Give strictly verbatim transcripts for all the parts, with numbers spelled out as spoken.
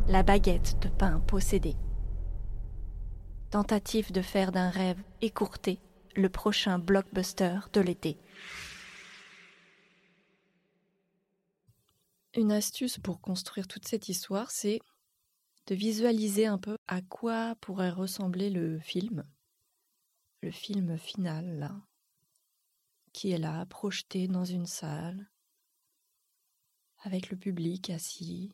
La baguette de pain possédée. Tentative de faire d'un rêve écourté le prochain blockbuster de l'été. Une astuce pour construire toute cette histoire, c'est de visualiser un peu à quoi pourrait ressembler le film, le film final, là, qui est là, projeté dans une salle, avec le public assis.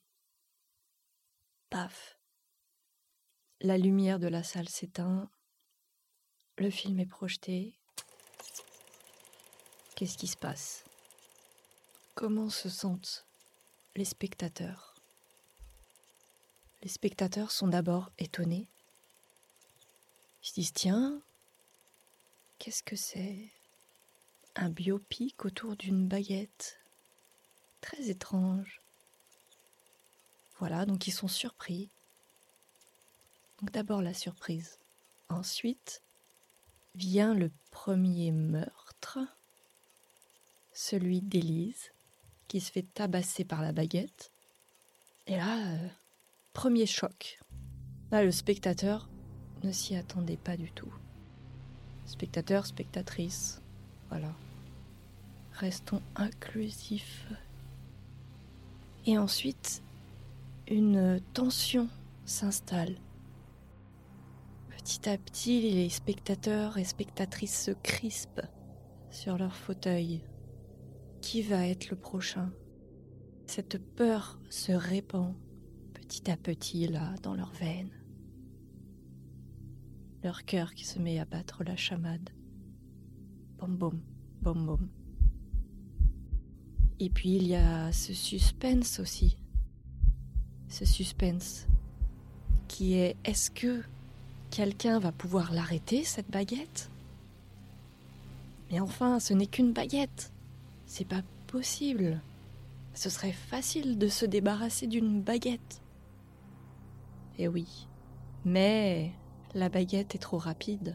Paf! La lumière de la salle s'éteint, le film est projeté. Qu'est-ce qui se passe? Comment se sentent les spectateurs? Les spectateurs sont d'abord étonnés. Ils se disent, tiens, qu'est-ce que c'est? Un biopic autour d'une baguette. Très étrange. Voilà, donc ils sont surpris. Donc d'abord la surprise. Ensuite, vient le premier meurtre, celui d'Élise, qui se fait tabasser par la baguette. Et là, euh, premier choc. Là, le spectateur ne s'y attendait pas du tout. Spectateur, spectatrice, voilà. Restons inclusifs. Et ensuite, une tension s'installe. Petit à petit, les spectateurs et spectatrices se crispent sur leur fauteuil. Qui va être le prochain? Cette peur se répand petit à petit là dans leurs veines. Leur cœur qui se met à battre la chamade. Bom bom, bom bom. Et puis il y a ce suspense aussi. Ce suspense qui est, est-ce que quelqu'un va pouvoir l'arrêter, cette baguette? Mais enfin, ce n'est qu'une baguette. C'est pas possible. Ce serait facile de se débarrasser d'une baguette. Eh oui, mais la baguette est trop rapide.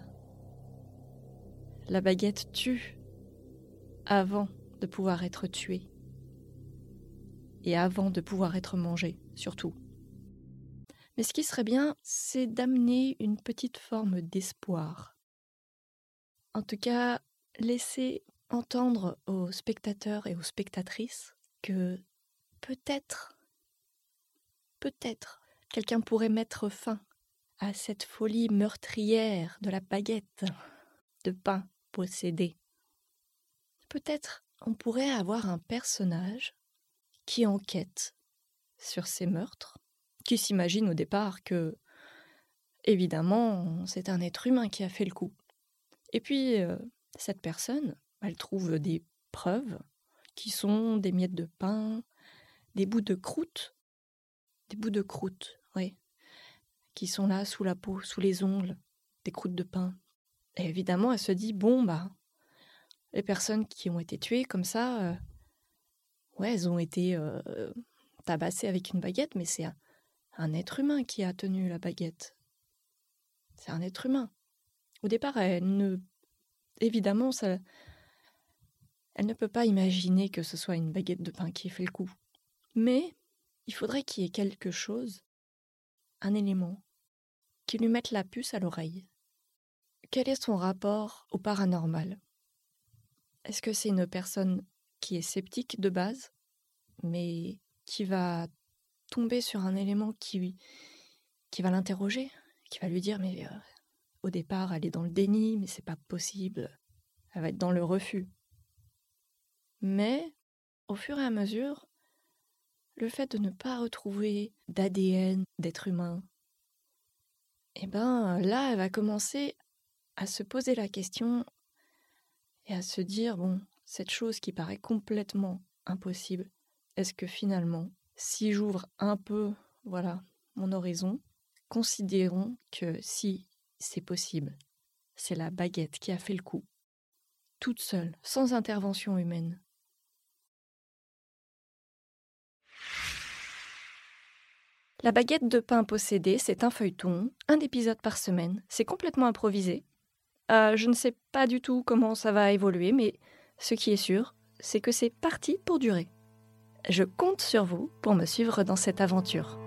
La baguette tue avant de pouvoir être tuée. Et avant de pouvoir être mangée, surtout. Mais ce qui serait bien, c'est d'amener une petite forme d'espoir. En tout cas, laisser entendre aux spectateurs et aux spectatrices que peut-être, peut-être, quelqu'un pourrait mettre fin à cette folie meurtrière de la baguette de pain possédée. Peut-être on pourrait avoir un personnage qui enquête sur ces meurtres, qui s'imagine au départ que, évidemment, c'est un être humain qui a fait le coup. Et puis, euh, cette personne, elle trouve des preuves qui sont des miettes de pain, des bouts de croûte, des bouts de croûte, oui, qui sont là sous la peau, sous les ongles, des croûtes de pain. Et évidemment, elle se dit, bon, bah, les personnes qui ont été tuées comme ça, euh, ouais, elles ont été euh, tabassées avec une baguette, mais c'est un, un être humain qui a tenu la baguette. C'est un être humain. Au départ, elle ne... Évidemment, ça... elle ne peut pas imaginer que ce soit une baguette de pain qui ait fait le coup. Mais il faudrait qu'il y ait quelque chose, un élément, qui lui mette la puce à l'oreille. Quel est son rapport au paranormal? Est-ce que c'est une personne qui est sceptique de base, mais qui va tomber sur un élément qui, qui va l'interroger, qui va lui dire, mais euh, au départ, elle est dans le déni, mais c'est pas possible. Elle va être dans le refus. Mais, au fur et à mesure, le fait de ne pas retrouver d'A D N d'être humain, eh ben là, elle va commencer à se poser la question et à se dire, bon, cette chose qui paraît complètement impossible, est-ce que finalement, si j'ouvre un peu, voilà, mon horizon, considérons que si c'est possible, c'est la baguette qui a fait le coup, toute seule, sans intervention humaine. La baguette de pain possédée, c'est un feuilleton, un épisode par semaine, c'est complètement improvisé. Euh, je ne sais pas du tout comment ça va évoluer, mais ce qui est sûr, c'est que c'est parti pour durer. Je compte sur vous pour me suivre dans cette aventure.